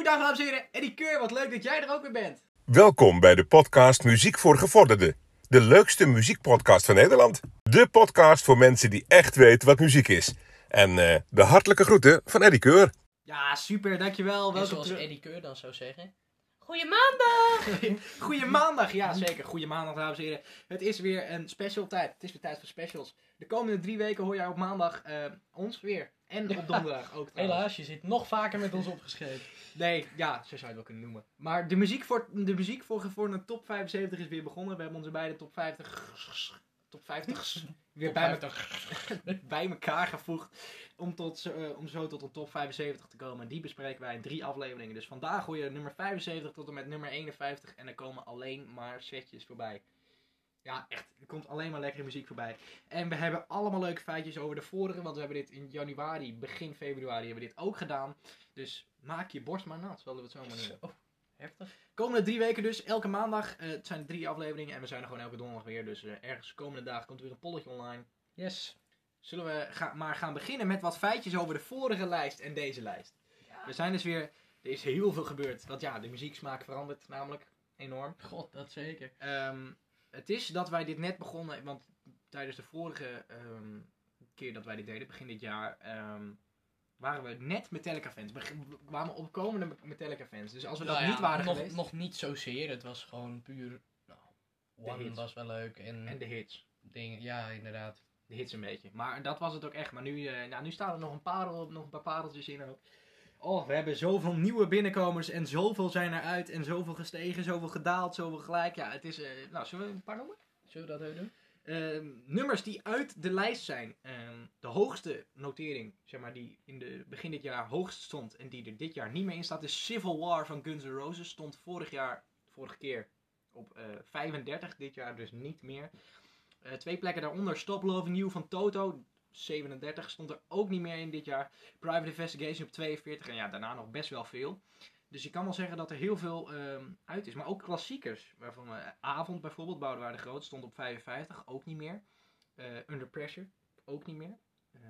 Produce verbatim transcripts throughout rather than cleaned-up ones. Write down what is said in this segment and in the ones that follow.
Goeiedag dames en heren, Eddie Keur, wat leuk dat jij er ook weer bent. Welkom bij de podcast Muziek voor Gevorderden. De leukste muziekpodcast van Nederland. De podcast voor mensen die echt weten wat muziek is. En uh, de hartelijke groeten van Eddie Keur. Ja, super, dankjewel. En Welkom zoals terug. Eddie Keur dan zou zeggen. Goeie maandag! Goeie maandag, ja zeker. Goeie maandag dames en heren. Het is weer een special tijd. Het is weer tijd voor specials. De komende drie weken hoor jij op maandag uh, ons weer. En op donderdag ook trouwens. Helaas, je zit nog vaker met ons opgeschreven. Nee, ja, zo zou je het wel kunnen noemen. Maar de muziek voor, de muziek voor, voor een top vijfenzeventig is weer begonnen. We hebben onze beide top vijftig... Top vijftig weer bij, vijftig. Me, bij elkaar gevoegd. Om, tot, uh, om zo tot een top vijfenzeventig te komen. En die bespreken wij in drie afleveringen. Dus vandaag hoor je nummer vijfenzeventig tot en met nummer eenenvijftig. En er komen alleen maar setjes voorbij. Ja, echt. Er komt alleen maar lekkere muziek voorbij. En we hebben allemaal leuke feitjes over de vorige. Want we hebben dit in januari, begin februari, hebben we dit ook gedaan. Dus maak je borst maar nat, zullen we het zo maar noemen. Oh, heftig. Komende drie weken dus, elke maandag. Uh, het zijn drie afleveringen en we zijn er gewoon elke donderdag weer. Dus uh, ergens komende dagen komt er weer een polletje online. Yes. Zullen we ga- maar gaan beginnen met wat feitjes over de vorige lijst en deze lijst. Ja. We zijn dus weer, er is heel veel gebeurd. Want ja, de muzieksmaak verandert namelijk enorm. God, dat zeker. Um, het is dat wij dit net begonnen, want tijdens de vorige um, keer dat wij dit deden, begin dit jaar, um, waren we net Metallica fans. We waren opkomende Metallica fans. Dus als we nou dat ja, niet waren nog, geweest... Nog niet zozeer, het was gewoon puur... Nou, One was wel leuk. En, en de hits. Dingen, ja, inderdaad. De hits een beetje. Maar dat was het ook echt. Maar nu, uh, nou, nu staan er nog een, parel, nog een paar pareltjes in ook. Oh, we hebben zoveel nieuwe binnenkomers en zoveel zijn eruit en zoveel gestegen, zoveel gedaald, zoveel gelijk. Ja, het is... Uh, nou, zullen we een paar noemen? Zullen we dat even doen? Uh, nummers die uit de lijst zijn. Uh, de hoogste notering, zeg maar, die in de begin dit jaar hoogst stond en die er dit jaar niet meer in staat, is Civil War van Guns N' Roses. Stond vorig jaar, vorige keer op uh, vijfendertig, dit jaar dus niet meer. Uh, twee plekken daaronder, Stop Loving You van Toto, zevenendertig, stond er ook niet meer in dit jaar. Private Investigation op tweeënveertig en ja, daarna nog best wel veel. Dus je kan wel zeggen dat er heel veel um, uit is. Maar ook klassiekers. Waarvan uh, Avond bijvoorbeeld, Boudewijn de Groot, stond op vijfenvijftig. Ook niet meer. Uh, Under Pressure. Ook niet meer.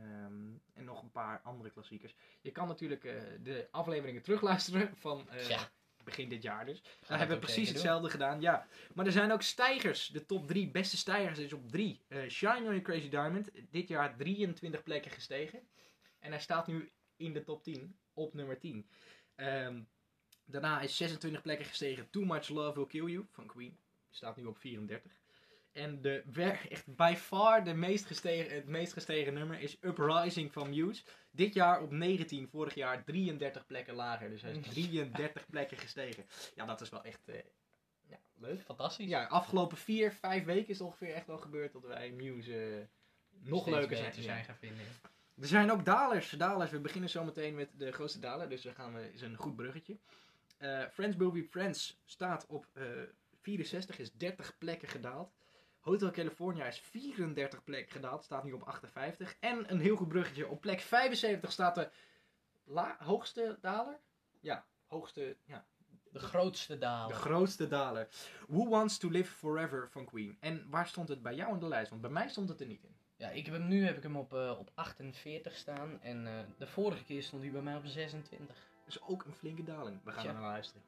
Um, en nog een paar andere klassiekers. Je kan natuurlijk uh, de afleveringen terugluisteren van uh, ja. begin dit jaar dus. Daar hebben we precies hetzelfde doen. gedaan. Ja. Maar er zijn ook stijgers. De top drie beste stijgers is op drie. Uh, Shine on Your Crazy Diamond. Dit jaar drieëntwintig plekken gestegen. En hij staat nu in de top tien. Op nummer tien. Um, Daarna is zesentwintig plekken gestegen Too Much Love Will Kill You van Queen. Staat nu op vierendertig. En de echt by far de meest gestegen, het meest gestegen nummer is Uprising van Muse. Dit jaar op negentien, vorig jaar drieëndertig plekken lager. Dus hij is drieëndertig plekken gestegen. Ja, dat is wel echt uh, ja, leuk. Fantastisch. Ja, afgelopen vier, vijf weken is het ongeveer echt wel gebeurd dat wij Muse uh, nog Steeds leuker zijn, zijn gaan vinden. Er zijn ook dalers. dalers. We beginnen zo meteen met de grootste daler. Dus dan gaan we, is een goed bruggetje. Uh, Friends Will Be Friends staat op uh, vierenzestig, is dertig plekken gedaald. Hotel California is vierendertig plekken gedaald, staat nu op achtenvijftig. En een heel goed bruggetje, op plek vijfenzeventig staat de la- hoogste daler? Ja, hoogste, ja. De grootste daler. De grootste daler. Who Wants to Live Forever van Queen. En waar stond het bij jou in de lijst? Want bij mij stond het er niet in. Ja, ik heb hem, nu heb ik hem op, uh, op achtenveertig staan. En uh, de vorige keer stond hij bij mij op zesentwintig. Dus ook een flinke daling. We gaan er naar luisteren.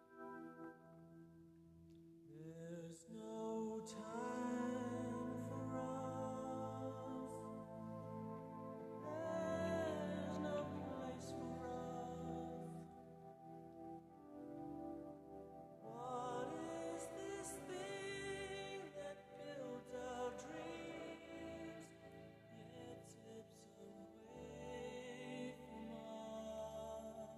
There's no time for us. There's no place for us. What is this thing that builds our dreams, yet slips away from us?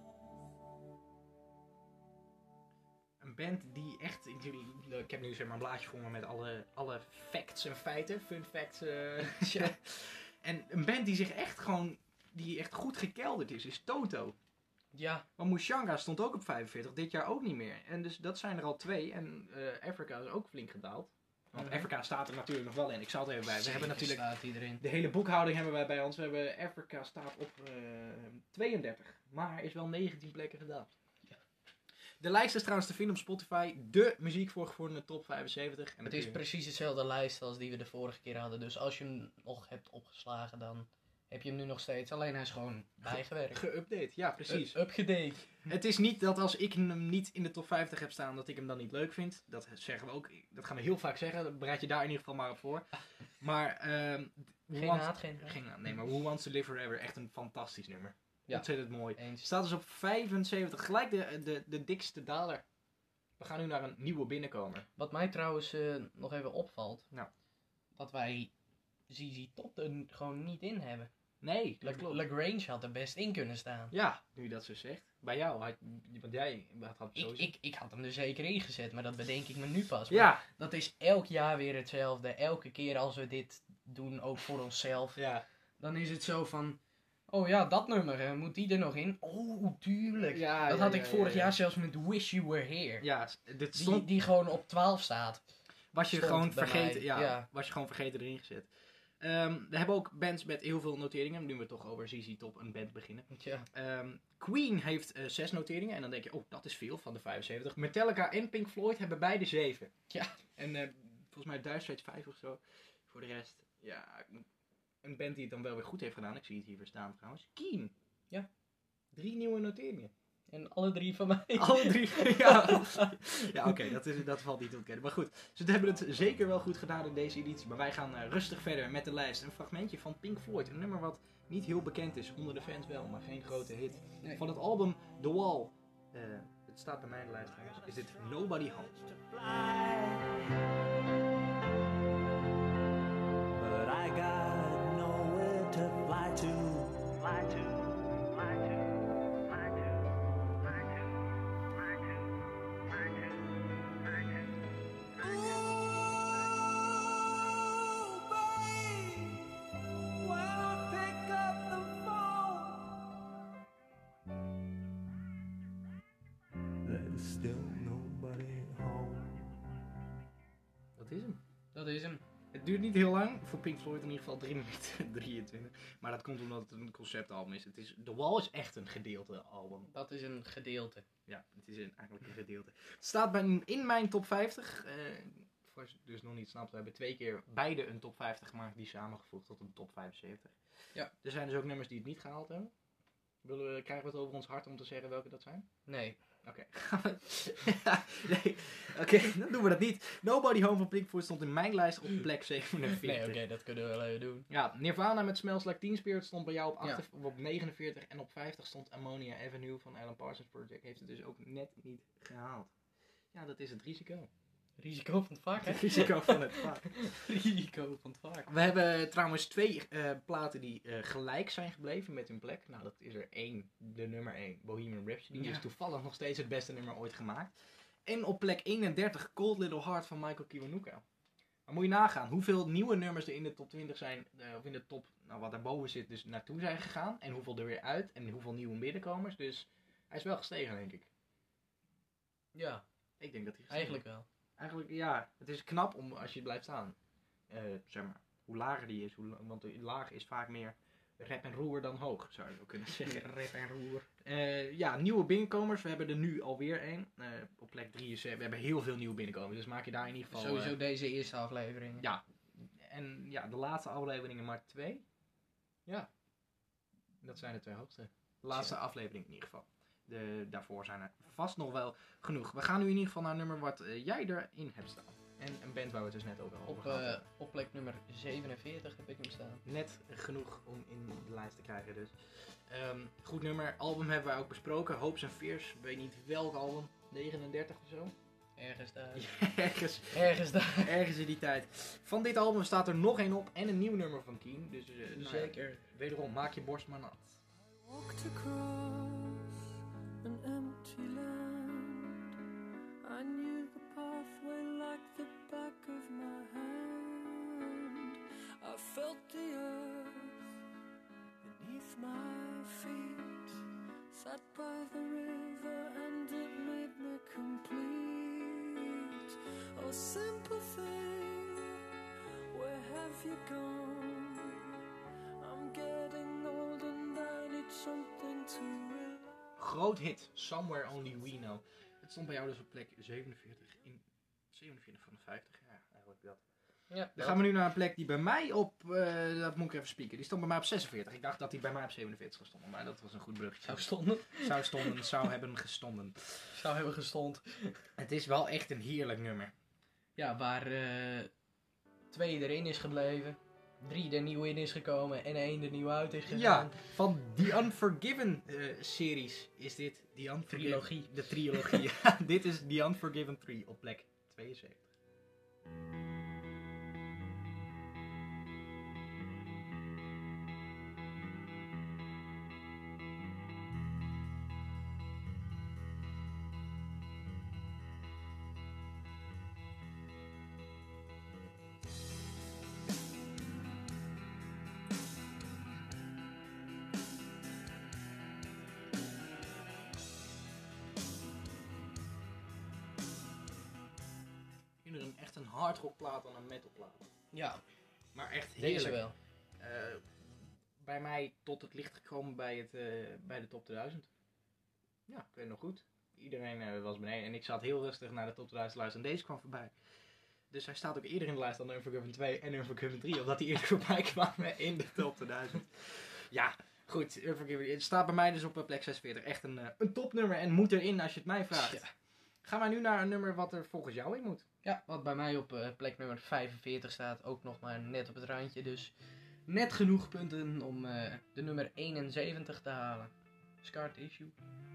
Een band die echt, ik, ik heb nu zeg maar een blaadje voor me met alle, alle facts en feiten, fun facts. Uh, ja. En een band die zich echt gewoon, die echt goed gekelderd is, is Toto. Ja. Want Mushanga stond ook op vijfenveertig, dit jaar ook niet meer. En dus dat zijn er al twee. En uh, Africa is ook flink gedaald. Want mm-hmm. Africa staat er natuurlijk nog wel in. Ik zal het even bij. We Zeker hebben natuurlijk staat iedereen. De hele boekhouding hebben wij bij ons. We hebben Africa staat op uh, tweeëndertig. Maar is wel negentien plekken gedaald. De lijst is trouwens te vinden op Spotify. De muziek voor gevonden top vijfenzeventig. En het is precies dezelfde lijst als die we de vorige keer hadden. Dus als je hem nog hebt opgeslagen, dan heb je hem nu nog steeds. Alleen hij is gewoon bijgewerkt. Geüpdate, ja precies. Uh, upgedate. Het is niet dat als ik hem niet in de top vijftig heb staan, dat ik hem dan niet leuk vind. Dat zeggen we ook. Dat gaan we heel vaak zeggen. Dat bereid je daar in ieder geval maar op voor. Maar... Uh, geen wants, haat, geen haat. Geen haat. Nee, maar Who Wants to Live Forever, echt een fantastisch nummer. Ja. Ontzettend mooi. Eens. Staat dus op vijfenzeventig. Gelijk de, de, de dikste daler. We gaan nu naar een nieuwe binnenkomer. Wat mij trouwens uh, nog even opvalt. Nou. Dat wij Z Z Top er gewoon niet in hebben. Nee, dat La- klopt. Lagrange had er best in kunnen staan. Ja, nu je dat zo zegt. Bij jou, had, want jij had, had ik, sowieso... ik, ik had hem er zeker in gezet, maar dat bedenk ik me nu pas. Ja. Dat is elk jaar weer hetzelfde. Elke keer als we dit doen, ook voor onszelf. Ja. Dan is het zo van... Oh ja, dat nummer, uh, moet die er nog in? Oh, tuurlijk. Ja, dat ja, had ja, ik vorig ja, ja. jaar zelfs met Wish You Were Here. Ja, dit Die, stond... die gewoon op twaalf staat. Was je stond gewoon bij vergeten... mij, Ja, ja. was je gewoon vergeten erin gezet. Um, we hebben ook bands met heel veel noteringen. Nu we toch over Z Z Top een band beginnen. Ja. Um, Queen heeft uh, zes noteringen. En dan denk je, oh, dat is veel van de vijfenzeventig. Metallica en Pink Floyd hebben beide zeven. Ja. En uh, volgens mij Dire Straits vijf of zo. Voor de rest, ja... Een band die het dan wel weer goed heeft gedaan. Ik zie het hier weer staan trouwens. Keen. Ja. Drie nieuwe noteringen. En alle drie van mij. Alle drie. Ja, ja oké, okay, dat, is, dat valt niet te ontkennen. Maar goed, ze hebben het zeker wel goed gedaan in deze editie. Maar wij gaan uh, rustig verder met de lijst. Een fragmentje van Pink Floyd. Een nummer wat niet heel bekend is. Onder de fans wel, maar geen grote hit. Nee. Van het album The Wall. Uh, het staat bij mij in de lijst trouwens. Is dit Nobody Home. But I got nowhere to fly to. Fly to. Dat is hem. Dat is hem. Het duurt niet heel lang, voor Pink Floyd in ieder geval drie minuten drieëntwintig. Maar dat komt omdat het een conceptalbum is. Het is. The Wall is echt een gedeelte album. Dat is een gedeelte. Ja, het is een, eigenlijk een gedeelte. Het staat bij, in mijn top vijftig. Uh, voor je dus nog niet snapt, we hebben twee keer beide een top vijftig gemaakt die samengevoegd tot een top vijfenzeventig. Ja. Er zijn dus ook nummers die het niet gehaald hebben. Willen we, krijgen we het over ons hart om te zeggen welke dat zijn? Nee. Oké. Okay. nee. Oké, okay, dan doen we dat niet. Nobody Home van Pink Floyd stond in mijn lijst op plek zevenenveertig. Nee, oké, okay, dat kunnen we wel even doen. Ja, Nirvana met Smells Like Teen Spirit stond bij jou op, acht, ja. op negenenveertig. En op vijftig stond Ammonia Avenue van Alan Parsons Project. Heeft het dus ook net niet gehaald. Ja, dat is het risico. Risico van het vak, hè? Het risico van het vak. Risico van het vak. We hebben trouwens twee uh, platen die uh, gelijk zijn gebleven met hun plek. Nou, dat is er één, de nummer één, Bohemian Rhapsody. Die ja. is toevallig nog steeds het beste nummer ooit gemaakt. En op plek eenendertig, Cold Little Heart van Michael Kiwanuka. Maar moet je nagaan hoeveel nieuwe nummers er in de top twintig zijn, uh, of in de top, nou wat daarboven zit, dus naartoe zijn gegaan. En hoeveel er weer uit, en hoeveel nieuwe binnenkomers. Dus hij is wel gestegen, denk ik. Ja. Ik denk dat hij gestegen Eigenlijk wel. Eigenlijk, ja. Het is knap om, als je blijft staan. Uh, zeg maar, hoe lager die is. Hoe, want de laag is vaak meer rap en roer dan hoog, zou je wel kunnen zeggen. Rap en roer. Uh, ja, nieuwe binnenkomers. We hebben er nu alweer één. Uh, op plek drie is, uh, we hebben heel veel nieuwe binnenkomers. Dus maak je daar in ieder geval... Sowieso uh, deze eerste aflevering. Ja. En ja, de laatste afleveringen maar twee. Ja. Dat zijn de twee hoogste. De laatste ja. aflevering in ieder geval. De, daarvoor zijn er vast nog wel genoeg. We gaan nu in ieder geval naar een nummer wat uh, jij erin hebt staan. En een band waar we het dus net ook al over gehad hebben. Uh, op plek nummer zevenenveertig heb ik hem staan. Net genoeg om in de lijst te krijgen dus. Um, goed nummer. Album hebben wij ook besproken. Hopes and Fears. Weet niet welk album. negenendertig of zo. Ergens daar. Ja, ergens. Ergens daar. Ergens in die tijd. Van dit album staat er nog één op. En een nieuw nummer van Keen. Dus uh, nou, zeker. Wederom, maak je borst maar nat. An empty land. I knew the pathway like the back of my hand. I felt the earth beneath my feet. Sat by the river and it made me complete. Oh, simple thing, where have you gone? I'm getting old and I need something to relax. Groot hit, Somewhere Only We Know. Het stond bij jou dus op plek zevenenveertig in zevenenveertig van de vijftig. Ja, eigenlijk dat. Ja, Dan gaan we nu naar een plek die bij mij op, uh, dat moet ik even spieken, die stond bij mij op zesenveertig. Ik dacht dat die bij mij op zevenenveertig zou stonden, maar dat was een goed bruggetje. Zou stonden. Zou stonden, zou hebben gestonden. Zou hebben gestond. Het is wel echt een heerlijk nummer. Ja, waar uh, twee erin is gebleven, drie er nieuw in is gekomen en één er nieuw uit is gegaan. Ja, van The Unforgiven uh, series is dit. The Unforgiven, Trilogie. De trilogie. Dit is The Unforgiven drie op plek tweeënzeventig. Echt een hardrockplaat dan een metalplaat. Ja, maar echt heerlijk. deze wel. Uh, bij mij tot het licht gekomen bij, het, uh, bij de top tweeduizend. Ja, ik weet nog goed. Iedereen uh, was beneden en ik zat heel rustig naar de top tweeduizend te luisteren en deze kwam voorbij. Dus hij staat ook eerder in de lijst dan Unforgiven twee en Unforgiven drie, omdat hij eerder voorbij kwamen in de top tweeduizend. Ja, goed. Unforgiven, het staat bij mij dus op plek zesenveertig. Echt een, uh, een topnummer en moet erin als je het mij vraagt. Ja. Gaan wij nu naar een nummer wat er volgens jou in moet. Ja, wat bij mij op uh, plek nummer vijfenveertig staat, ook nog maar net op het randje. Dus net genoeg punten om uh, de nummer eenenzeventig te halen. Scar Tissue.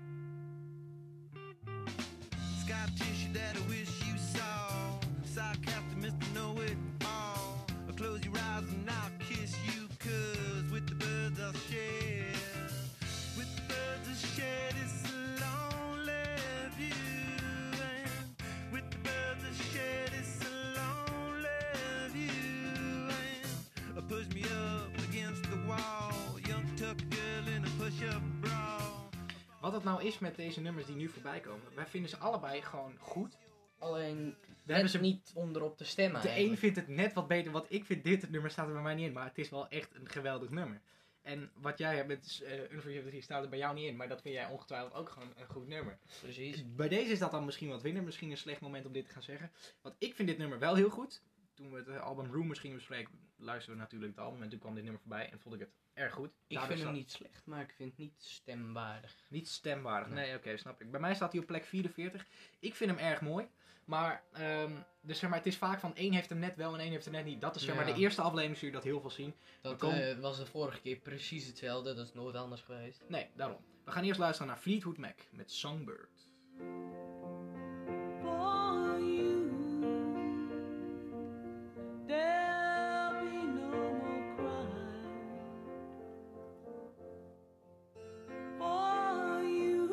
Scar tissue that I wish you saw. Sarcastic mister Know It All. I'll close your eyes and I'll kiss you, cause with the birds I'll share. With the birds I'll share this lonely view. And with the birds I'll share this lonely view. And push me up against the wall. Young tuck girl in a push-up bra. Wat het nou is met deze nummers die nu voorbij komen. Wij vinden ze allebei gewoon goed. Alleen, we hebben ze niet om erop te stemmen. De eigenlijk. Een vindt het net wat beter. Wat ik vind, dit het nummer staat er bij mij niet in. Maar het is wel echt een geweldig nummer. En wat jij hebt met uh, Unforgiven drie staat er bij jou niet in. Maar dat vind jij ongetwijfeld ook gewoon een goed nummer. Precies. Bij deze is dat dan misschien wat winnen. Misschien een slecht moment om dit te gaan zeggen. Want ik vind dit nummer wel heel goed. Toen we het uh, album Room misschien bespreken, luisterden we natuurlijk het album. En toen kwam dit nummer voorbij en vond ik het erg goed. Ik Daardoor vind hem niet slecht, maar ik vind het niet stemwaardig. Niet stemwaardig, nee, nee oké, okay, snap ik. Bij mij staat hij op plek vierenveertig. Ik vind hem erg mooi. Maar, um, dus zeg maar, het is vaak van één heeft hem net wel en één heeft hem net niet. Dat is zeg maar ja. de eerste aflevering zul je dat heel veel zien. Dat komen... uh, was de vorige keer precies hetzelfde, dat is nooit anders geweest. Nee, daarom. We gaan eerst luisteren naar Fleetwood Mac met Songbird. For you, there'll be no more crying. For you,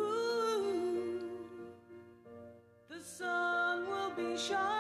the sun will be shining.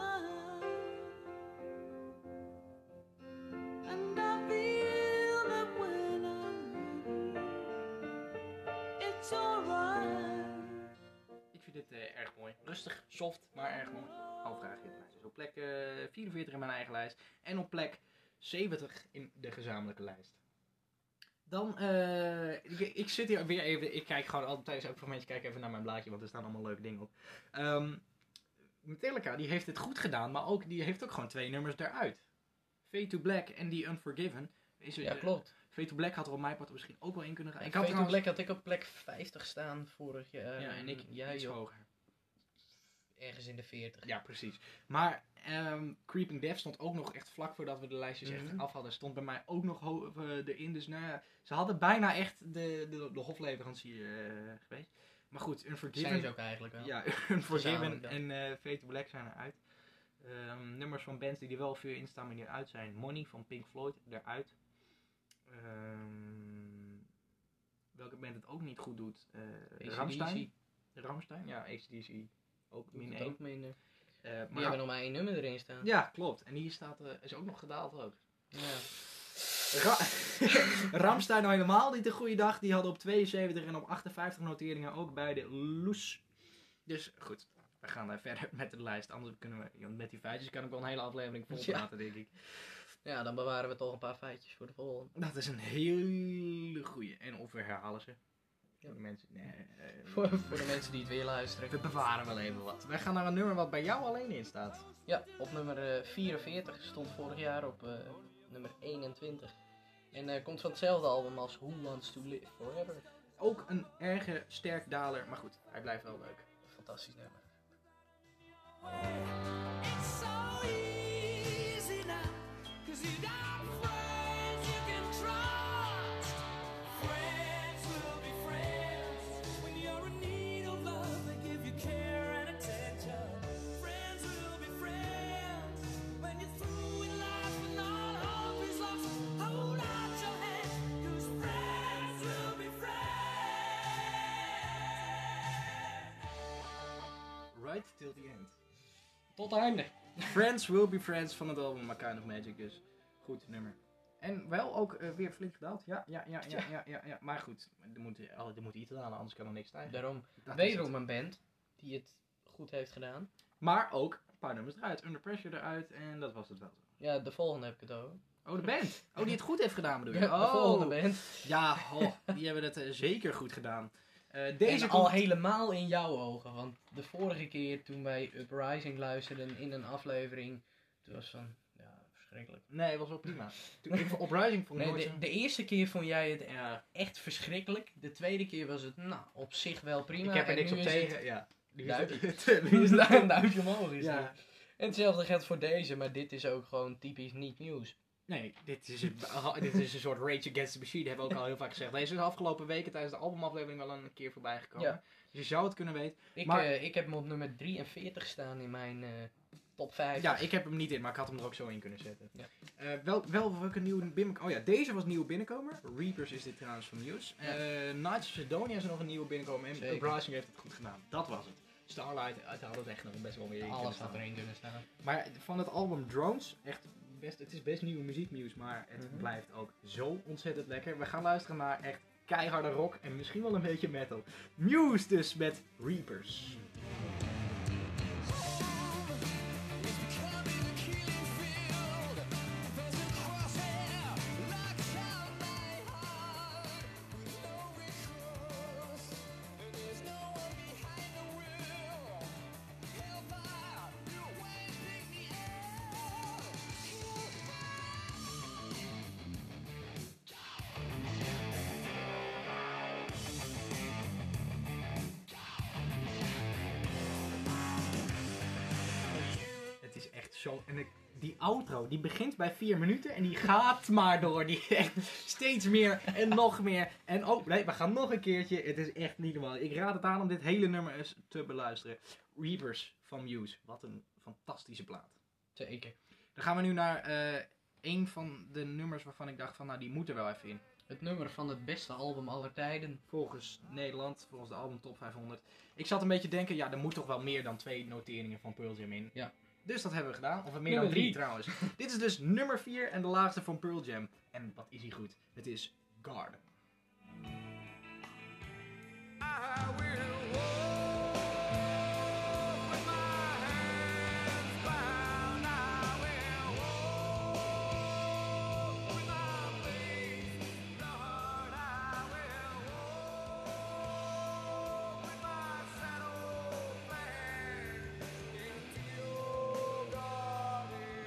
And I feel that when I'm ready, it's alright. Ik vind dit uh, erg mooi. Rustig, soft, maar erg mooi. Al vraag je het mij. Dus op plek uh, vierenveertig in mijn eigen lijst. En op plek zeventig in de gezamenlijke lijst. Dan, uh, ik, ik zit hier weer even, ik kijk gewoon altijd tijdens elk momentje kijk even naar mijn blaadje, want er staan allemaal leuke dingen op. Um, Metallica, die heeft het goed gedaan, maar ook, die heeft ook gewoon twee nummers eruit. Fade to Black en The Unforgiven. Is er, ja, klopt. Fade to Black had er op mijn part misschien ook wel in kunnen gaan. Ja, Fade to Black had ik op plek vijftig staan vorig jaar. Ja, en ik jij iets hoger. Ergens in de veertig. Ja, precies. Maar um, Creeping Death stond ook nog echt vlak voordat we de lijstjes mm-hmm. echt af hadden. Stond bij mij ook nog ho- uh, erin. Dus nou ja, ze hadden bijna echt de, de, de hofleverancier uh, geweest. Maar goed, Unforgiven... Zijn ze ook eigenlijk wel. Ja, Unforgiven en uh, Fade to Black zijn eruit. Um, nummers van bands die er wel veel in staan, maar die eruit zijn. Money van Pink Floyd, eruit. Um, welke band het ook niet goed doet? Uh, Rammstein. Rammstein, ja, A C D C. Ook min één. Ook minder. Uh, maar die hebben nog maar één nummer erin staan. Ja, klopt. En die staat, uh, is ook nog gedaald ook. Ja. Ra- Rammstein nou helemaal niet een goede dag. Die hadden op tweeënzeventig en op achtenvijftig noteringen ook bij de Loes. Dus goed, we gaan uh, verder met de lijst. Anders kunnen we, met die feitjes kan ik wel een hele aflevering vol praten, ja. denk ik. Ja, dan bewaren we toch een paar feitjes voor de volgende. Dat is een hele goeie. En of we herhalen ze. Voor de mensen, nee, eh, Voor, voor de mensen die het weer luisteren. we bewaren wel even wat. Wij gaan naar een nummer wat bij jou alleen in staat. Ja, op nummer eh, vierenveertig stond vorig jaar op eh, nummer eenentwintig. En eh, komt van hetzelfde album als Who Wants to Live Forever. Ook een erge sterk daler, maar goed, hij blijft wel leuk. Fantastisch nummer. It's so easy now, 'cause you got friends you can trust. Friends will be friends when you're in need of love. They give you care and attention. Friends will be friends when you're through in life and all hope is lost. Hold out your hand, 'cause friends will be friends. Right till the end. Tot het einde. Friends Will Be Friends van het album My Kind of Magic, dus goed nummer. En wel ook eh, weer flink gedaald. Ja, ja, ja, ja, ja, ja, ja. Maar goed, er moet, er moet iets aan, anders kan er niks stijgen. Daarom Dat is wederom het. een band die het goed heeft gedaan. Maar ook een paar nummers eruit. Under Pressure eruit en dat was het wel. Ja, de volgende heb ik het over. Oh, de band. Oh, die het goed heeft gedaan bedoel je? Ja, de Oh. volgende band. Ja, oh, die hebben het eh, zeker goed gedaan. Eh, deze en komt... al helemaal in jouw ogen. Want de vorige keer toen wij Uprising luisterden in een aflevering, toen was van, ja, verschrikkelijk. Nee, het was wel prima. Toen ik voor Uprising vond ik Nee, nooit de, zo- de eerste keer vond jij het eh, echt verschrikkelijk. De tweede keer was het, nou, op zich wel prima. Ik heb er En niks nu op is tegen. het- Ja. Nu Duim- is het- Nu is het een duimpje omhoog. Is Ja. het. En hetzelfde geldt voor deze, maar dit is ook gewoon typisch niet nieuws. Nee, dit is, een, dit is een soort Rage Against the Machine, hebben we ook al heel vaak gezegd. Deze is de afgelopen weken tijdens de albumaflevering wel een keer voorbij gekomen. Ja. Dus je zou het kunnen weten. Ik, Maar- eh, ik heb hem op nummer drieënveertig staan in mijn eh, top vijf. Ja, ik heb hem niet in, maar ik had hem er ook zo in kunnen zetten. Ja. Eh, wel, wel welke nieuwe binnenkomer. Oh ja, deze was nieuwe binnenkomer. Reapers is dit trouwens van Muse. Ja. Eh Knights of Sidonia is er nog een nieuwe binnenkomer. En Zeker. Uprising heeft het goed gedaan. Dat was het. Starlight, het had het echt nog best wel weer in Alles kunnen had staan. erin kunnen staan. Maar van het album Drones, echt best, het is best nieuwe muziek Muse, maar het Mhm. blijft ook zo ontzettend lekker. We gaan luisteren naar echt keiharde rock en misschien wel een beetje metal. Muse dus met Reapers. It's becoming a killing field. There's a crosshair locked out my heart with no recourse, and there's no one behind the wheel. Hellfire, you won't pick me up. Het is echt zo. En ik, die outro, die begint bij vier minuten en die gaat maar door. Die echt steeds meer en nog meer. En oh, nee, we gaan nog een keertje. Het is echt niet normaal. Ik raad het aan om dit hele nummer eens te beluisteren. Reapers van Muse. Wat een fantastische plaat. Zeker. Dan gaan we nu naar eh, een van de nummers waarvan ik dacht van, nou die moet er wel even in. Het nummer van het beste album aller tijden. Volgens Nederland, volgens de album Top vijfhonderd. Ik zat een beetje te denken, ja, er moet toch wel meer dan twee noteringen van Pearl Jam in. Ja. Dus dat hebben we gedaan. Of meer Nummer dan drie drie. trouwens. Dit is dus nummer vier en de laagste van Pearl Jam. En wat is hij goed? Het is Garden. I will walk with my hands bound. I will walk with my face, Lord. I will walk with my shadow planned into your garden,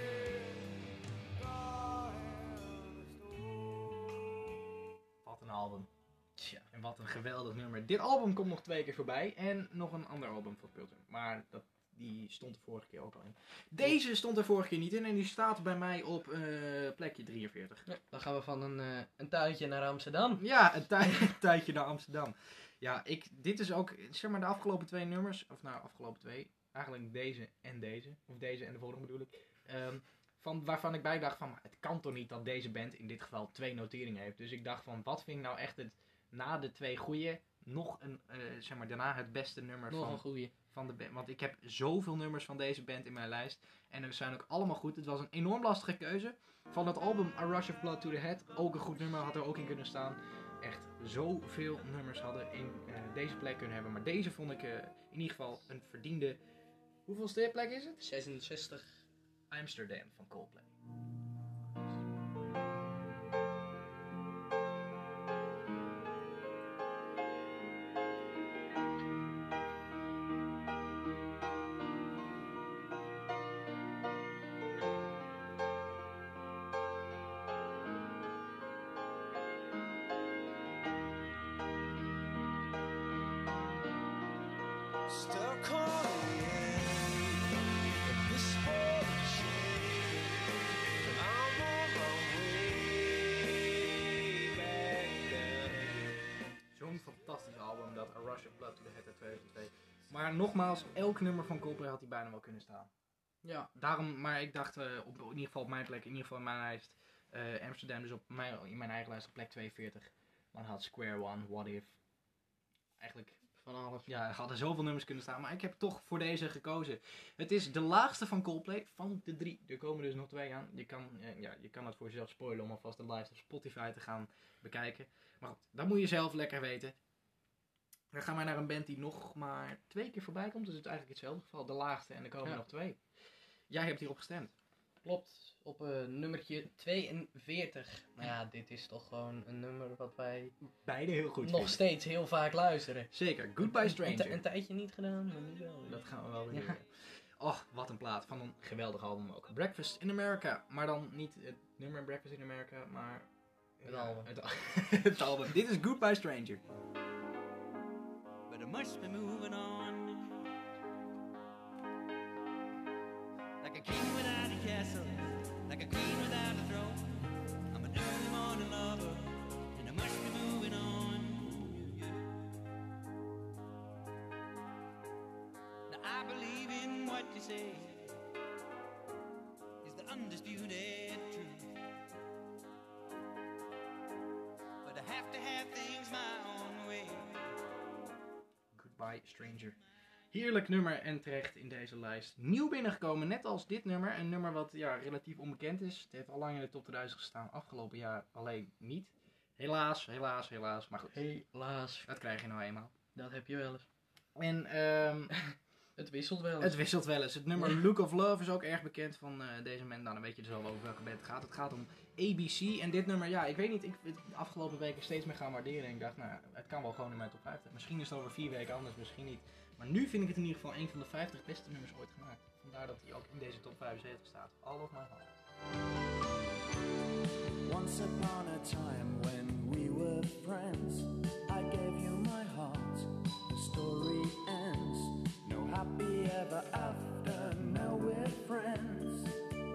garden store. Wat een album. Tja. En wat een geweldig nummer. Dit album komt nog twee keer voorbij. En nog een ander album van Pearl Jam. Maar dat, die stond de vorige keer ook al in. Deze stond er vorige keer niet in. En die staat bij mij op eh, plekje drieënveertig. Ja, dan gaan we van een, eh, een tuitje naar Amsterdam. Ja, een, tij- een tijdje naar Amsterdam. Ja, ik, dit is ook, zeg maar, de afgelopen twee nummers. Of nou, afgelopen twee. Eigenlijk deze en deze. Of deze en de volgende bedoel ik. Ehm, van, waarvan ik bij dacht van, maar het kan toch niet dat deze band in dit geval twee noteringen heeft. Dus ik dacht van, wat vind ik nou echt het, na de twee goeie, nog een, eh, zeg maar, daarna het beste nummer Nog van, een goeie. van de band. Want ik heb zoveel nummers van deze band in mijn lijst. En er zijn ook allemaal goed. Het was een enorm lastige keuze. Van het album A Rush of Blood to the Head. Ook een goed nummer had er ook in kunnen staan. Echt zoveel nummers hadden in eh, deze plek kunnen hebben. Maar deze vond ik eh, in ieder geval een verdiende... Hoeveelste plek is het? zesenzestig. Amsterdam van Coldplay. stuck on the edge of this world shade. I'm on my way back down again. Zo'n fantastisch album, dat A Rush of Blood to the Head uit tweeduizend twee. Maar nogmaals, elk nummer van Coldplay had hij bijna wel kunnen staan. Ja, Daarom, maar ik dacht, uh, op, in ieder geval op mijn plek, in ieder geval in mijn lijst, uh, Amsterdam dus op mijn, in mijn eigen lijst op plek tweeënveertig. Maar dan had Square One, What If, eigenlijk, van alles. ja, er hadden zoveel nummers kunnen staan, maar ik heb toch voor deze gekozen. Het is de laagste van Coldplay, van de drie. Er komen dus nog twee aan. Je kan, uh, ja, je kan het voor jezelf spoilen om alvast de live op Spotify te gaan bekijken. Maar goed, dat moet je zelf lekker weten. Dan gaan wij naar een band die nog maar twee keer voorbij komt. Dus het is eigenlijk hetzelfde geval. De laagste en er komen Ja. nog twee. Jij hebt hierop gestemd. Klopt, op uh, nummertje tweeënveertig. Nou ja, dit is toch gewoon een nummer wat wij Beide heel goed nog vinden. steeds heel vaak luisteren. Zeker. Goodbye Een, Stranger. een, een tijdje niet gedaan, maar nu wel. Dat gaan we wel weer Ja. doen. Och, wat een plaat. Van een geweldig album ook. Breakfast in America. Maar dan niet het nummer Breakfast in America, maar... Het album. Het, al- het album. Dit is Goodbye Stranger. But I must be moving on. Like a king without a castle, like a queen without a throne. I'm an early morning lover, and I must be moving on. Now I believe in what you say is the undisputed truth. But I have to have things my own way. Goodbye Stranger. Heerlijk nummer en terecht in deze lijst. Nieuw binnengekomen, net als dit nummer. Een nummer wat ja, relatief onbekend is. Het heeft al lang in de top tweeduizend gestaan. Afgelopen jaar alleen niet. Helaas, helaas, helaas. Maar goed, Helaas, dat krijg je nou eenmaal. dat heb je wel eens. En ehm Het wisselt wel eens. het wisselt wel eens. Het nummer Look of Love is ook erg bekend van eh, deze band. Nou, dan weet je dus al over welke band het gaat. Het gaat om A B C. En dit nummer, ja, ik weet niet. Ik heb het de afgelopen weken steeds meer gaan waarderen. En ik dacht, nou, het kan wel gewoon in mijn top vijftig. Misschien is het over vier weken anders, misschien niet. Maar nu vind ik het in ieder geval een van de vijftig beste nummers ooit gemaakt. Vandaar dat hij ook in deze top vijfenzeventig staat. All of my heart. Once upon a time when we were friends, I gave you my heart. The story ends. No happy ever after. Now we're friends.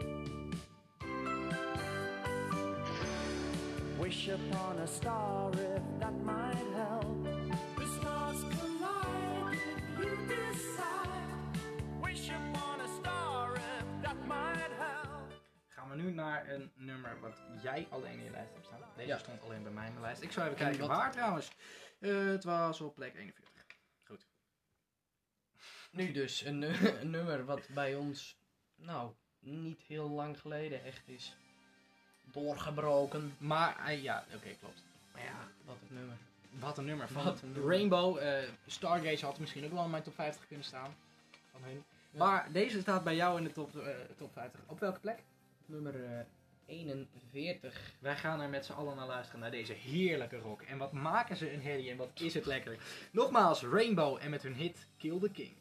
Wish upon a star if that might help. The stars collide if you decide. Wish upon a star if that might help. Gaan we nu naar een nummer wat jij alleen in je lijst hebt staan. Deze Ja. stond alleen bij mij in mijn lijst. Ik zou even En kijken wat- waar trouwens. Eh, het was op plek eenenveertig. Goed. Nu dus een, nu- een nummer wat bij ons, nou, niet heel lang geleden echt is doorgebroken. Maar eh, ja, oké, klopt. Maar ja, wat een nummer. Wat een nummer van Wat een nummer. Rainbow. eh, Stargaze had misschien ook wel in mijn top vijftig kunnen staan. Van hun. Ja. Maar deze staat bij jou in de top, eh, top vijftig. Op welke plek? Nummer eh, eenenveertig. Wij gaan er met z'n allen naar luisteren, naar deze heerlijke rock. En wat maken ze een herrie en wat is het lekker. Nogmaals, Rainbow en met hun hit Kill the King.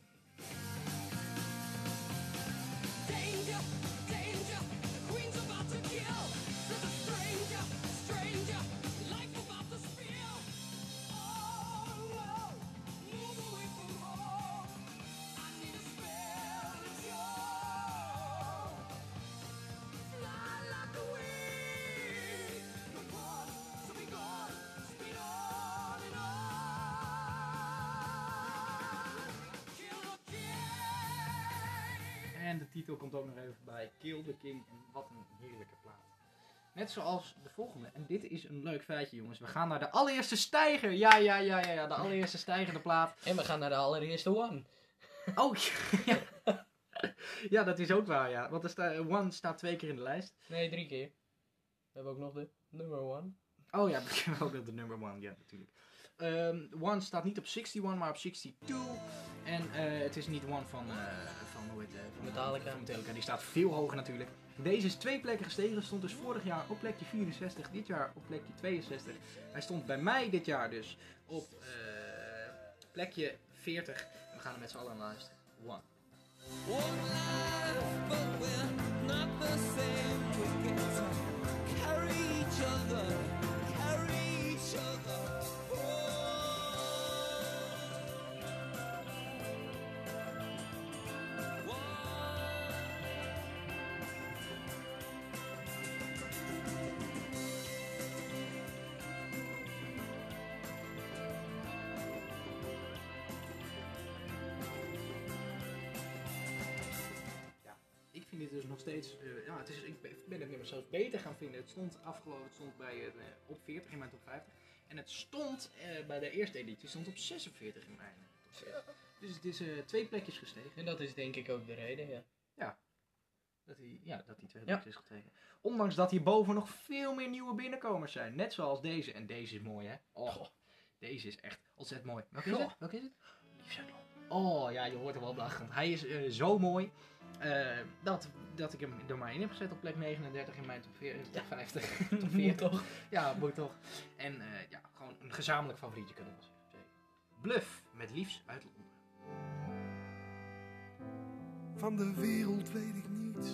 Danger, danger, the queen's about to kill. There's a stranger, stranger, life about to spill. Oh no, move away from home. I need a spell to show. Fly like a wind, no part, so be gone, speed on and on. Kill the king. En de titel komt ook nog even voorbij. Kill the King. En wat een heerlijke plaat. Net zoals de volgende. En dit is een leuk feitje, jongens. We gaan naar de allereerste stijger. Ja, ja, ja, ja, ja. De allereerste stijgende plaat. En we gaan naar de allereerste one. Oh, ja. Ja, dat is ook waar, ja. Want er sta, One staat twee keer in de lijst. Nee, drie keer. We hebben ook nog de nummer one. Oh ja, we hebben ook nog de number one. Ja, natuurlijk. Ehm, One staat niet op eenenzestig, maar op zwestig. En eh, het is niet One van, eh, van, hoe heet, eh, van Metallica. Van Metallica. Die staat veel hoger natuurlijk. Deze is twee plekken gestegen. Stond dus vorig jaar op plekje vierenzestig. Dit jaar op plekje tweeënzestig. Hij stond bij mij dit jaar dus op eh, plekje veertig. En we gaan er met z'n allen naar luisteren. One. One life, but we're not the same. We get to carry each other, carry each other. Oh. dus nog steeds... Uh, ja, het is, ik ben het nummer zelfs beter gaan vinden. Het stond afgelopen, het stond bij uh, op veertig in mijn top vijftig. En het stond uh, bij de eerste editie stond op zesenveertig in mijn top vijftig. Dus het is uh, twee plekjes gestegen. En dat is denk ik ook de reden, ja. Ja. Dat hij, ja, dat hij twee Ja. plekjes is gestegen. Ondanks dat hierboven nog veel meer nieuwe binnenkomers zijn. Net zoals deze. En deze is mooi, hè? Oh, Goh. deze is echt ontzettend mooi. Welke is Goh. het? Welke is het? Lief Zuidland. Oh, ja, je hoort hem wel blachend. Hij is uh, zo mooi. Uh, dat, dat ik hem er maar in heb gezet op plek negenendertig in mijn top, veertig, top vijftig. Top Moet veertig. toch? Ja, moet toch. En uh, ja, gewoon een gezamenlijk favorietje kunnen we zeggen. Bluff met Liefs uit Londen. Van de wereld weet ik niets.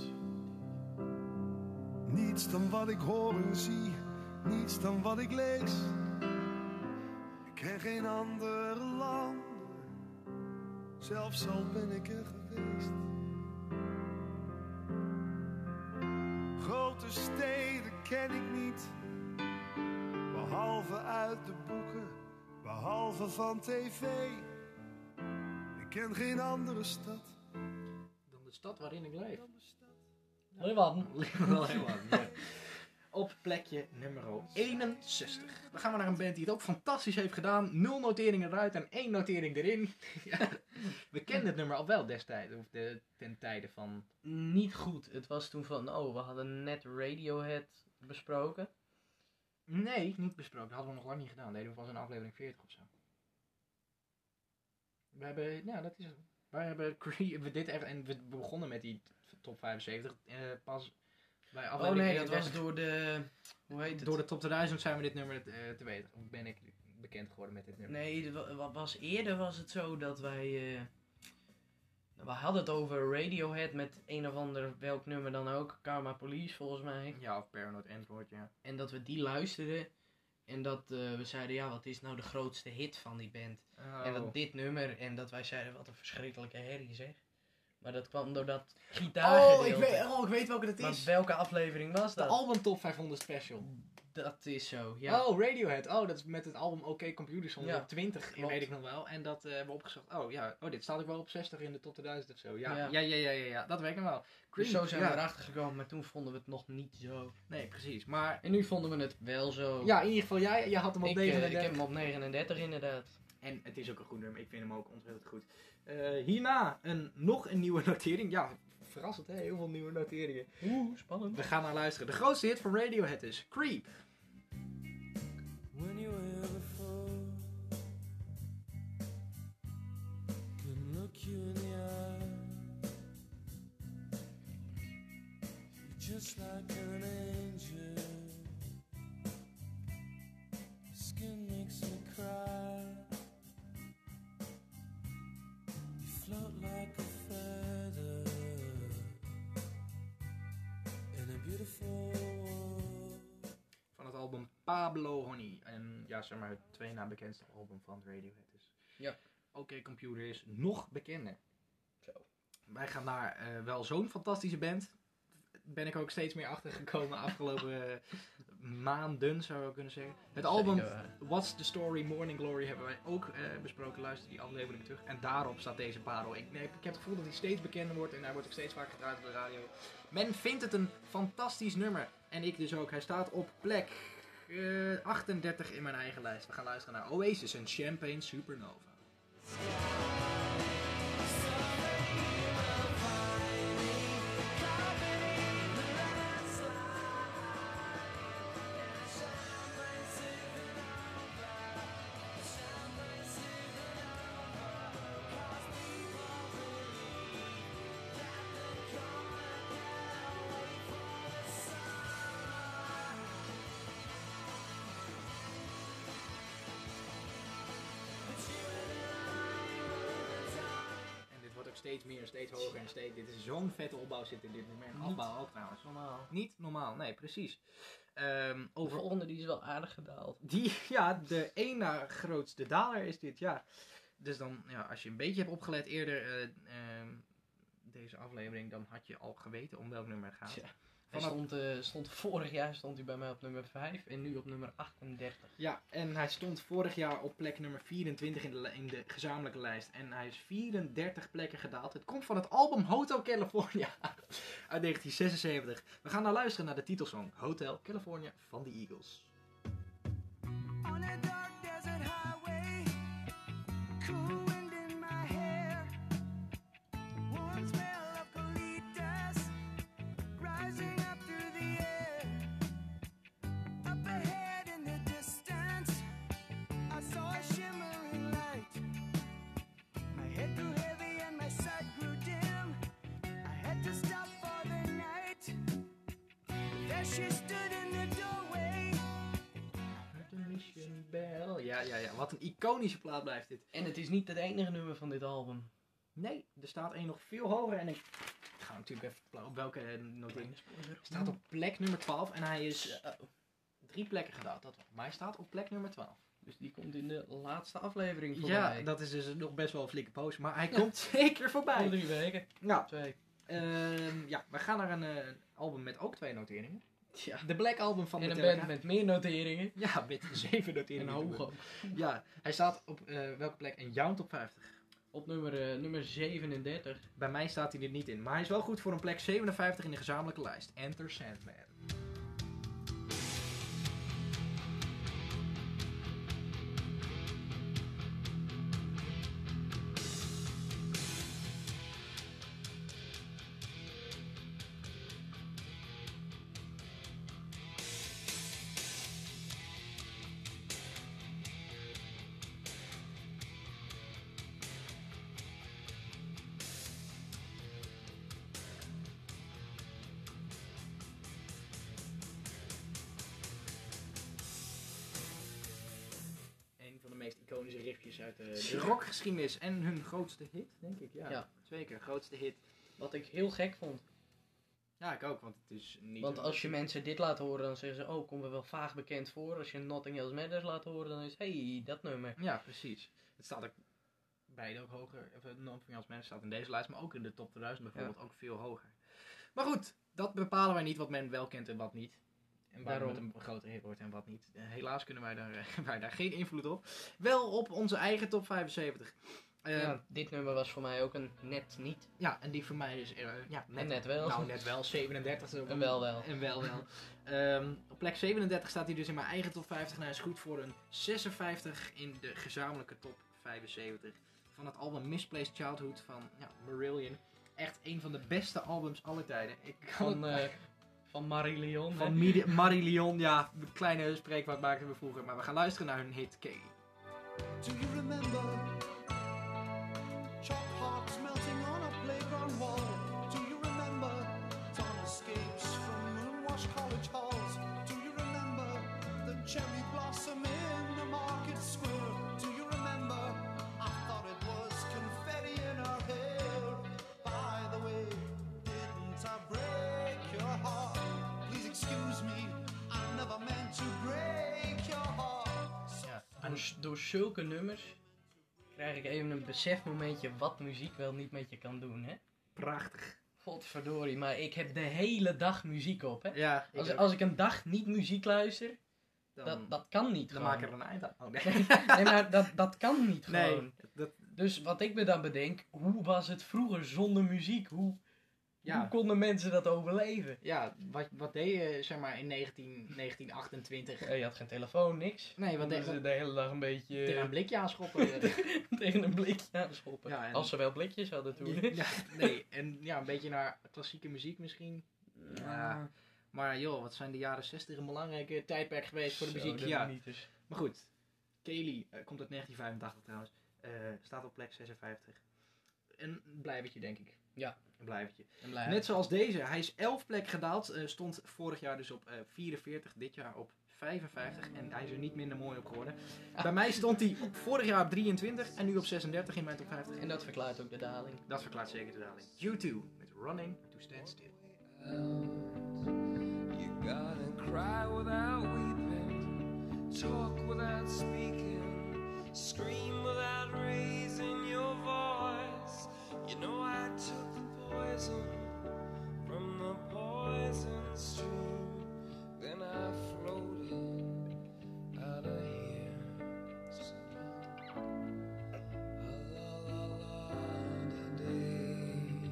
Niets dan wat ik hoor en zie. Niets dan wat ik lees. Ik ken geen andere landen. Zelfs al ben ik er geweest. Grote steden ken ik niet. Behalve uit de boeken. Behalve van tv. Ik ken geen andere stad. De stad waarin ik leef. Leeuwarden. Leeuwarden, ja. Op plekje nummer eenenzestig. Dan gaan we naar een band die het ook fantastisch heeft gedaan. Nul noteringen eruit en één notering erin. Ja. We kenden het nummer al wel destijds. Of de, ten tijde van... Niet goed. Het was toen van, oh, we hadden net Radiohead besproken. Nee, niet besproken. Dat hadden we nog lang niet gedaan. Deden we pas in aflevering veertig of zo. We hebben... Ja, dat is het. Wij hebben we dit echt, en we begonnen met die top vijfenzeventig uh, pas bij Oh aflevering nee, dat was eenendertig. door de... Hoe heet het? Door de top tweeduizend zijn we dit nummer uh, te weten. Of ben ik bekend geworden met dit nummer. Nee, de- wa- was, eerder was het zo dat wij... eh, we hadden het over Radiohead met een of ander, welk nummer dan ook. Karma Police volgens mij. Ja, of Paranoid Android, ja. En dat we die luisterden. En dat uh, we zeiden, ja, wat is nou de grootste hit van die band? Oh. En dat dit nummer, en dat wij zeiden, wat een verschrikkelijke herrie zeg. Maar dat kwam door dat gitaargedeelte. Oh, ik weet, oh, ik weet welke het Maar is. welke aflevering was De dat? album Top vijfhonderd Special. Dat is zo, ja. Oh, Radiohead. Oh, dat is met het album OK Computer Song Ja, op twintig, klopt. weet ik nog wel. En dat uh, hebben we opgezocht. Oh ja, oh, dit staat ook wel op zestig in de top tweeduizend of zo. Ja, ja, Ja. ja, ja, ja, ja. Dat weet ik nog wel. Dus Creep, zo zijn ja. we erachter gekomen, maar toen vonden we het nog niet zo. Nee, precies. Maar En nu vonden we het wel zo. ja, in ieder geval jij, jij had hem op ik, eh, negenendertig. ik heb hem op negenendertig inderdaad. En het is ook een goed nummer. Ik vind hem ook ontzettend goed. Uh, hierna een, nog een nieuwe notering. Ja, verrassend hè. Heel veel nieuwe noteringen. Oeh, spannend. We gaan naar luisteren. De grootste hit van Radiohead is Creep. When you were before, can look you in the eye. You're just like an angel. Your skin makes me cry. You float like a feather in a beautiful world. Van het album Pablo Honey. En ja, zeg maar het twee na bekendste album van Radiohead is. Ja. OK Computer is nog bekender. Zo. Wij gaan naar uh, wel zo'n fantastische band. Ben ik ook steeds meer achtergekomen afgelopen uh, maanden, zou je kunnen zeggen. Het album Zeker waar. What's the Story, Morning Glory hebben wij ook uh, besproken. Luister die aflevering terug. En daarop staat deze parel. Ik, nee, ik heb het gevoel dat hij steeds bekender wordt en hij wordt ook steeds vaker gedraaid op de radio. Men vindt het een fantastisch nummer. En ik dus ook. Hij staat op plek uh, achtendertig in mijn eigen lijst. We gaan luisteren naar Oasis en Champagne Supernova. Steeds meer, steeds hoger en steeds. Dit is zo'n vette opbouw zit in dit nummer. En afbouw ook trouwens. Normaal. Niet normaal, nee, precies. Um, De over volgende die is wel aardig gedaald. die, ja, de één na grootste daler is dit, ja. Dus dan, ja, als je een beetje hebt opgelet eerder uh, uh, deze aflevering, dan had je al geweten om welk nummer het gaat. Ja. Hij Vanaf- stond, eh, stond vorig jaar stond hij bij mij op nummer vijf en nu op nummer achtendertig. Ja, en hij stond vorig jaar op plek nummer vierentwintig in de, li- in de gezamenlijke lijst. En hij is vierendertig plekken gedaald. Het komt van het album Hotel California uit negentien zesenzeventig. We gaan nou luisteren naar de titelsong Hotel California van de Eagles. On a dark desert highway, cool wind in my hair, warm smell of colitas rising up through the air. Up ahead in the distance, I saw a shimmering light. My head grew heavy and my sight grew dim. I had to stop for the night. There she stood in the doorway. Mission Bell. Ja, ja, ja. Wat een iconische plaat blijft dit. En het is niet het enige nummer van dit album. Nee, er staat één nog veel hoger. En ik ga natuurlijk even verklaren op welke eh, notering. Hij staat op plek nummer twaalf en hij is Zo. drie plekken gedaald. Dat wel. Maar hij staat op plek nummer twaalf. Dus die komt in de laatste aflevering voorbij. Ja, dat is dus nog best wel een flinke poos. Maar hij komt zeker Al voorbij. drie weken. Ja, Twee. ehm, ja, we gaan naar een eh, album met ook twee noteringen. Ja. De Black Album van En een Metallica. band met meer noteringen. Ja, met zeven En noteringen. hoog ook. Ja, hij staat op eh, welke plek? In jouw top vijftig. Op nummer, eh, nummer zevenendertig. Bij mij staat hij er niet in. Maar hij is wel goed voor een plek zevenenvijftig in de gezamenlijke lijst. Enter Sandman. Een van de meest iconische riffjes uit de, de rockgeschiedenis. En hun grootste hit, denk ik. Ja, Ja. zeker. Grootste hit. Wat ik heel gek vond. Ja, ik ook, want het is niet... Want een- als je mensen dit laat horen, dan zeggen ze, oh, komt er wel vaag bekend voor. Als je Notting Hill Matters laat horen, dan is hey, dat nummer. Ja, precies. Het staat ook beide ook hoger. Of Nothing Else Matters staat in deze lijst, maar ook in de top tweeduizend bijvoorbeeld ook veel hoger. Maar goed, dat bepalen wij niet wat men wel kent en wat niet. En waarom Daarom. het een grote hit wordt en wat niet. Eh, helaas kunnen wij daar, eh, wij daar geen invloed op. Wel op onze eigen top vijfenzeventig. Eh, ja. Ja, dit nummer was voor mij ook een net niet. en die voor mij is eh, ja, net, En net wel. Nou, net wel, zevenendertigste. En wel wel. En wel wel. Ehm, op plek zevenendertig staat hij dus in mijn eigen top vijftig. En hij is goed voor een zesenvijftig in de gezamenlijke top vijfenzeventig. Van het album Misplaced Childhood van ja, Marillion. Echt een van de beste albums aller tijden. Ik kan Van, het- eh van Marie-Leon. hè? van Midi- Marillion, ja, een kleine spreekwoord maakten we vroeger. Maar we gaan luisteren naar hun hit Kaylee. Do you remember chalk hearts melting on a playground wall? Do you remember dawn escapes from moon-washed college halls? Do you remember the cherry blossom in the market square? Do you remember I thought it was confetti in her hair? By the way, didn't I break your heart? Please excuse me, I never meant to break your heart. Ja, Door, door zulke nummers krijg ik even een besefmomentje wat muziek wel niet met je kan doen, hè? prachtig. Godverdorie, maar ik heb de hele dag muziek op, hè? Ja, ik Als, ook. als ik een dag niet muziek luister, dan, dat, dat kan niet dan gewoon. maak ik er een eind aan. Oh, nee. Nee, maar dat, dat kan niet gewoon. nee, dat, Dus wat ik me dan bedenk, hoe was het vroeger zonder muziek? Hoe, ja. hoe konden mensen dat overleven? Ja, wat, wat deed je zeg maar in negentien, negentien achtentwintig? Ja, je had geen telefoon, niks. Nee, wat Dan deed ze je? de hele dag een beetje Tegen een blikje aanschoppen. tegen een blikje aanschoppen. Ja, en- Als ze wel blikjes hadden toen. ja, nee, en ja, een beetje naar klassieke muziek misschien. Ja. Maar joh, wat zijn de jaren zestig een belangrijke tijdperk geweest voor de Zo, muziek. de Ja. mieters. Maar goed, Kaylee eh, komt uit negentien vijfentachtig trouwens. Eh, staat op plek zesenvijftig. Een blijvertje denk ik. Ja. Een blijvertje. En blij. Net zoals deze. Hij is elf plek gedaald. eh, stond vorig jaar dus op eh, vierenveertig. Dit jaar op vijfenvijftig. En hij is er niet minder mooi op geworden. Bij mij stond hij vorig jaar op drieëntwintig. En nu op zesendertig in mijn top vijftig. En dat verklaart ook de daling. Dat verklaart zeker de daling. U twee met Running to Stand Still. You gotta cry without weeping, talk without speaking, scream without raising your voice. You know I took the poison from the poison was true, then I floated out of here. So la la la la da day.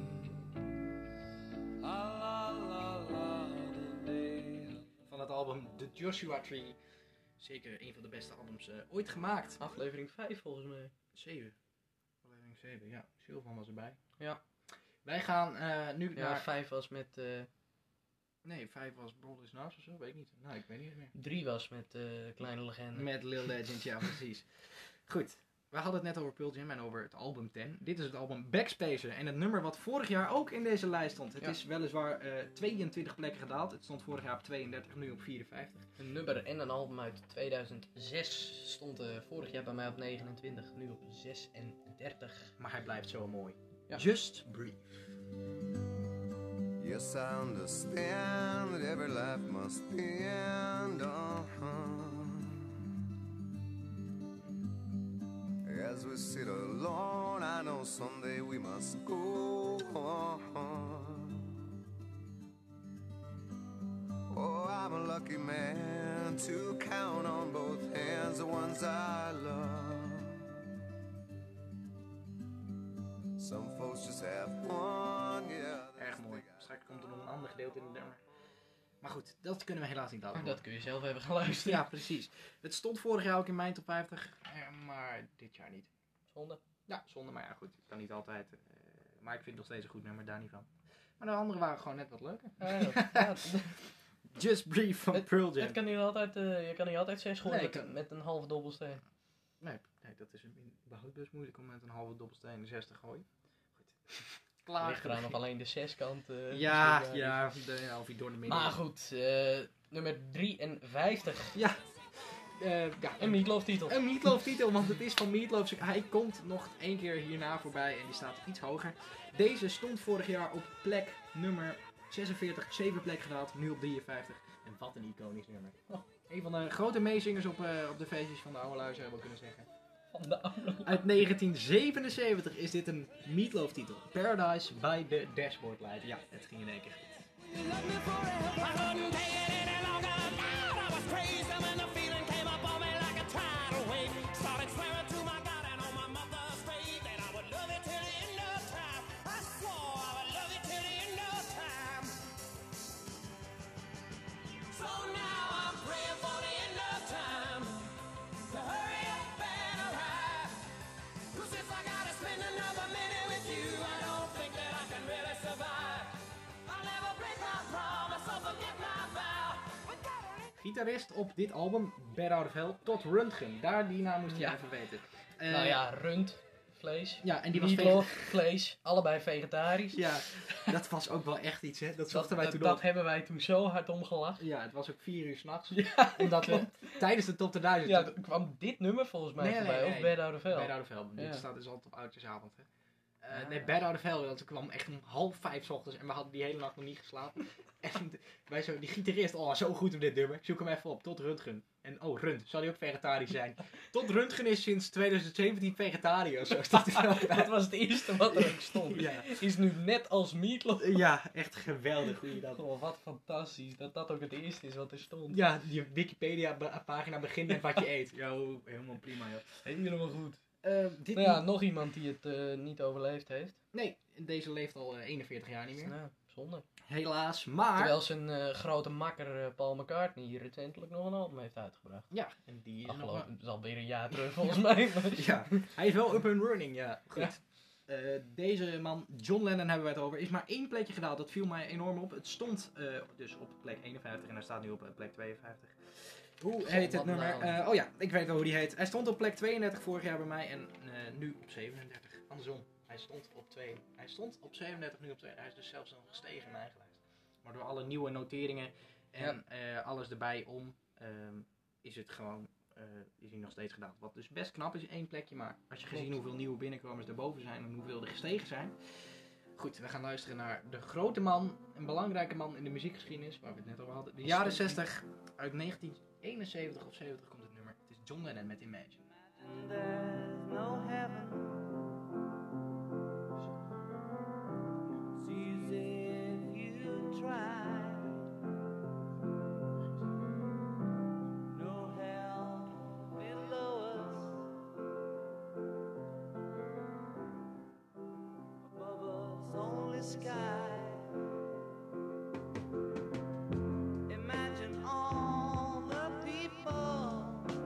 La la la la da day. Van het album The Joshua Tree. Zeker een van de beste albums uh, ooit gemaakt. Aflevering vijf volgens mij. zeven. Aflevering zeven, ja. Silvan was erbij. Ja. Wij gaan uh, nu Ja, naar... vijf was met... uh, Nee, vijf was Brothers Knobs of zo, weet ik niet. Nou, ik weet niet meer. drie was met uh, Kleine Legende. Met Lil Legend, ja precies. Goed, we hadden het net over Pearl Jam en over het album tien. Dit is het album Backspacer en het nummer wat vorig jaar ook in deze lijst stond. Het Ja. is weliswaar uh, tweeëntwintig plekken gedaald. Het stond vorig jaar op tweeëndertig, nu op vierenvijftig. Een nummer en een album uit tweeduizend zes stond uh, vorig jaar bij mij op negenentwintig, nu op zesendertig. Maar hij blijft zo mooi. Ja. Just Breathe. Yes, I understand that every life must end. Uh-huh. As we sit alone, I know someday we must go. Oh, I'm a lucky man to count on both hands the ones I love. Some folks just have one, yeah. Erg mooi. Straks komt er nog een ander gedeelte in het nummer. Maar goed, dat kunnen we helaas niet laten Maar horen. dat kun je zelf even gaan luisteren. Ja, precies. Het stond vorig jaar ook in mijn top vijftig, eh, maar dit jaar niet. Zonde. Ja, zonde, maar ja goed, ik kan niet altijd. eh, maar ik vind het nog steeds een goed nummer, daar niet van. Maar de andere waren gewoon net wat leuker. Ja, ja, het, Just Breathe van Het- Pearl Jam. het kan niet altijd, uh, je kan niet altijd zes gooien Nee, met, kan- met een halve dobbelsteen. Nee, nee, dat is een- überhaupt best moeilijk om met een halve dobbelsteen de zes te gooien. Goed. Klaar. Ligt eraan of alleen de zeskant. uh, Ja, beschikbaar ja, is. de, ja, of hij door de midden. Maar goed, uh, nummer drieënvijftig. Ja. Uh, ja, Een Meatloaf titel. Een Meatloaf titel, want het is van Meatloaf. Hij komt nog één keer hierna voorbij en die staat iets hoger. Deze stond vorig jaar op plek nummer zesenveertig, zeven plek gedaald, nu op drieënvijftig. En wat een iconisch nummer. Oh, een van de grote meezingers op, uh, op de feestjes van de oude lui, zou je wel kunnen zeggen. Van de oude. Uit negentien zevenenzeventig is dit een Meatloaf titel. Paradise by the Dashboard Light. Ja, het ging in één keer goed. Gitarist op dit album, Bad Out of Hell, Todd Rundgren. Daar, die naam moest je Ja. even weten. Eh, Nou ja, rund, vlees. Ja, en die was Meatloaf, vlees, allebei vegetarisch. Ja, dat was ook wel echt iets, hè. Dat Dat, zochten wij dat, toen dat op. hebben wij toen zo hard om gelachen. Ja, het was ook vier uur s'nachts. Ja, Omdat we tijdens de top duizend... ja, er kwam dit nummer volgens mij Nee, nee, voorbij, nee, of nee. Bad Out of Hell. Bad Out of Hell. Dit Ja. staat dus altijd op oudjesavond, hè. Eh, Ah. Nee, Bad Out of Hell, dat kwam echt om half vijf 's ochtends en we hadden die hele nacht nog niet geslapen. En wij zo, die gitarist, oh zo goed op dit nummer, ik zoek hem even op, Todd Rundgren. En oh, Rund, zou die ook vegetarisch zijn? Todd Rundgren is sinds tweeduizend zeventien vegetariër of zo. Staat er wel bij. Dat was het eerste wat er ook stond. Ja. Is nu net als Meatloaf. Ja, echt geweldig hoe je dat... Oh, wat fantastisch dat dat ook het eerste is wat er stond. Ja, die Wikipedia-pagina begint met wat je eet. Yo, helemaal prima, joh. Helemaal goed. Eh, dit Nou ja, nog iemand die het eh, niet overleefd heeft. Nee, deze leeft al eh, eenenveertig jaar niet meer. Nou, zonde. Helaas, maar... Terwijl zijn eh, grote makker eh, Paul McCartney hier recentelijk nog een album heeft uitgebracht. Ja, en die is nog wel... Afgelopen, het is alweer een jaar terug volgens mij. maar- Ja, hij is wel up and running, ja. Goed. Eh, deze man, John Lennon hebben we het over, is maar één plekje gedaald. Dat viel mij enorm op. Het stond eh, dus op plek eenenvijftig en hij staat nu op eh, plek tweeënvijftig. Hoe heet het wat nummer? nou. Eh, oh ja, ik weet wel hoe die heet. Hij stond op plek tweeëndertig vorig jaar bij mij en eh, nu op zevenendertig. Andersom. Hij stond op twee. Hij stond op zevenendertig, nu op twee. Hij is dus zelfs nog gestegen in mijn eigen lijst. Maar door alle nieuwe noteringen en eh, alles erbij om, ehm, is het gewoon, eh, is hij nog steeds gedaald. Wat dus best knap is, één plekje. Maar als je gezien hoeveel nieuwe binnenkomers erboven zijn en hoeveel er gestegen zijn. Goed, we gaan luisteren naar de grote man, een belangrijke man in de muziekgeschiedenis, waar we het net over hadden. De jaren zestig, uit negentien eenenzeventig of zeventig komt het nummer. Het is John Lennon met Imagine. There's no heaven. It's easy if you try. starry sky. Imagine all the people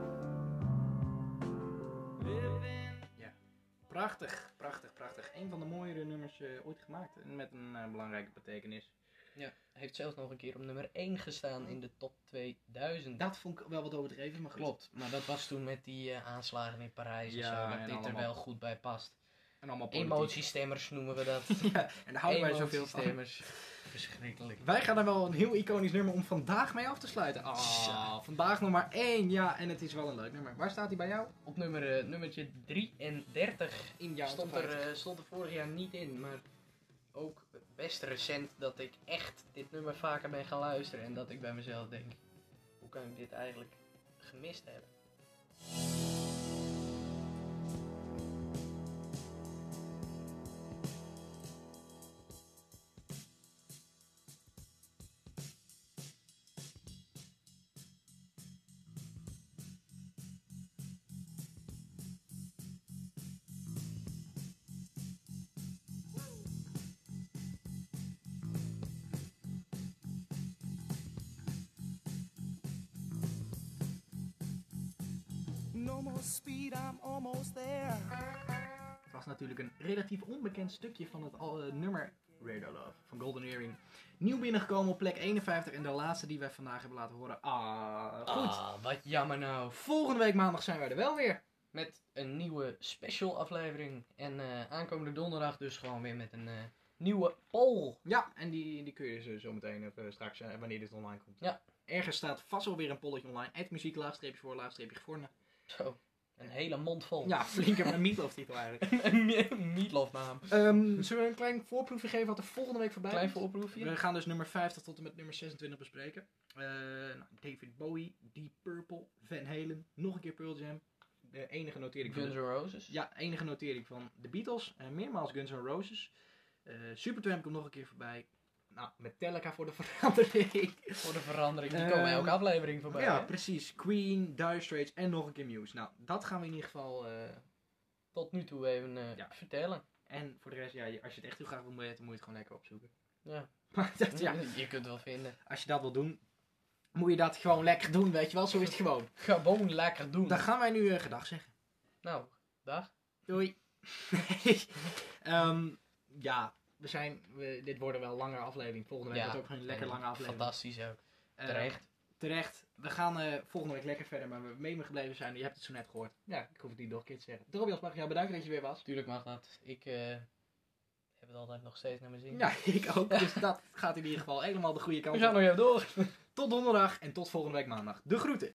living. Prachtig, prachtig, prachtig. Een van de mooiere nummers uh, ooit gemaakt. En met een uh, belangrijke betekenis. Ja, heeft zelfs nog een keer op nummer één gestaan in de top tweeduizend. Dat vond ik wel wat overdreven, maar goed. Klopt, maar dat was toen met die uh, aanslagen in Parijs Ja, en zo, dat en dit er allemaal- wel goed bij past. En allemaal politiek. Emotiestemmers noemen we dat. Ja, en daar houden wij zoveel van. Emotiestemmers. Verschrikkelijk. Wij gaan er wel een heel iconisch nummer om vandaag mee af te sluiten. Ah, Tja. vandaag nog maar één. Ja, en het is wel een leuk nummer. Waar staat hij bij jou? Op nummer, uh, nummertje drieëndertig In jouw stond top er, vijf. uh, stond er vorig jaar niet in, maar ook best recent dat ik echt dit nummer vaker ben gaan luisteren. En dat ik bij mezelf denk, hoe kan ik dit eigenlijk gemist hebben? No more speed, I'm almost there. Het was natuurlijk een relatief onbekend stukje van het al, uh, nummer Radio Love van Golden Earring. Nieuw binnengekomen op plek eenenvijftig en de laatste die wij vandaag hebben laten horen. Ah, goed. Ah, wat jammer nou. Volgende week maandag zijn wij er wel weer. Met een nieuwe special aflevering. En uh, aankomende donderdag dus gewoon weer met een uh, nieuwe poll. Ja, en die, die kun je dus zo meteen of, uh, straks, uh, wanneer dit online komt. Ja. Ergens staat vast wel weer een polletje online. Het muziek, laagstreepje voor, laagstreepje gevormd. Zo, een hele mond vol. Ja, flinke een Meatloaf titel eigenlijk. een Meatloaf naam. Um, zullen we een klein voorproefje geven wat er volgende week voorbij Klein komt? voorproefje. We gaan dus nummer vijftig tot en met nummer zesentwintig bespreken. Uh, nou, David Bowie, Deep Purple, Van Halen, nog een keer Pearl Jam. De enige notering van Guns de, N' Roses. ja, enige notering van de Beatles. Uh, meermaals Guns N' Roses. Uh, Supertramp komt nog een keer voorbij. Nou, Metallica voor de verandering. Voor de verandering. Die Ehm, komen elke aflevering voorbij. Ja, hè? precies. Queen, Dire Straits en nog een keer Muse. Nou, dat gaan we in ieder geval... Uh, Tot nu toe even uh, Ja. vertellen. en voor de rest, ja, als je het echt heel graag wil weten, moet je het gewoon lekker opzoeken. Ja. Maar dat, ja, Je kunt het wel vinden. als je dat wil doen, moet je dat gewoon lekker doen, weet je wel. Zo is het gewoon. Gewoon lekker doen. Dan gaan wij nu uh, gedag zeggen. Nou, dag. Doei. um, ja, we zijn, we, dit worden wel langere aflevering. Volgende week wordt ook een lekker en lange aflevering. Fantastisch ook. Uh, Terecht. Terecht. We gaan uh, volgende week lekker verder, maar we mee me gebleven zijn. Je hebt het zo net gehoord. Ja, ik hoef het niet nog een keer te zeggen. Tobias, mag ik jou bedanken dat je weer was? Tuurlijk mag dat. Ik uh, heb het altijd nog steeds naar mijn zin. Ja, ik ook. Dus dat gaat in ieder geval helemaal de goede kant We gaan op. nog even door. Tot donderdag en tot volgende week maandag. De groeten.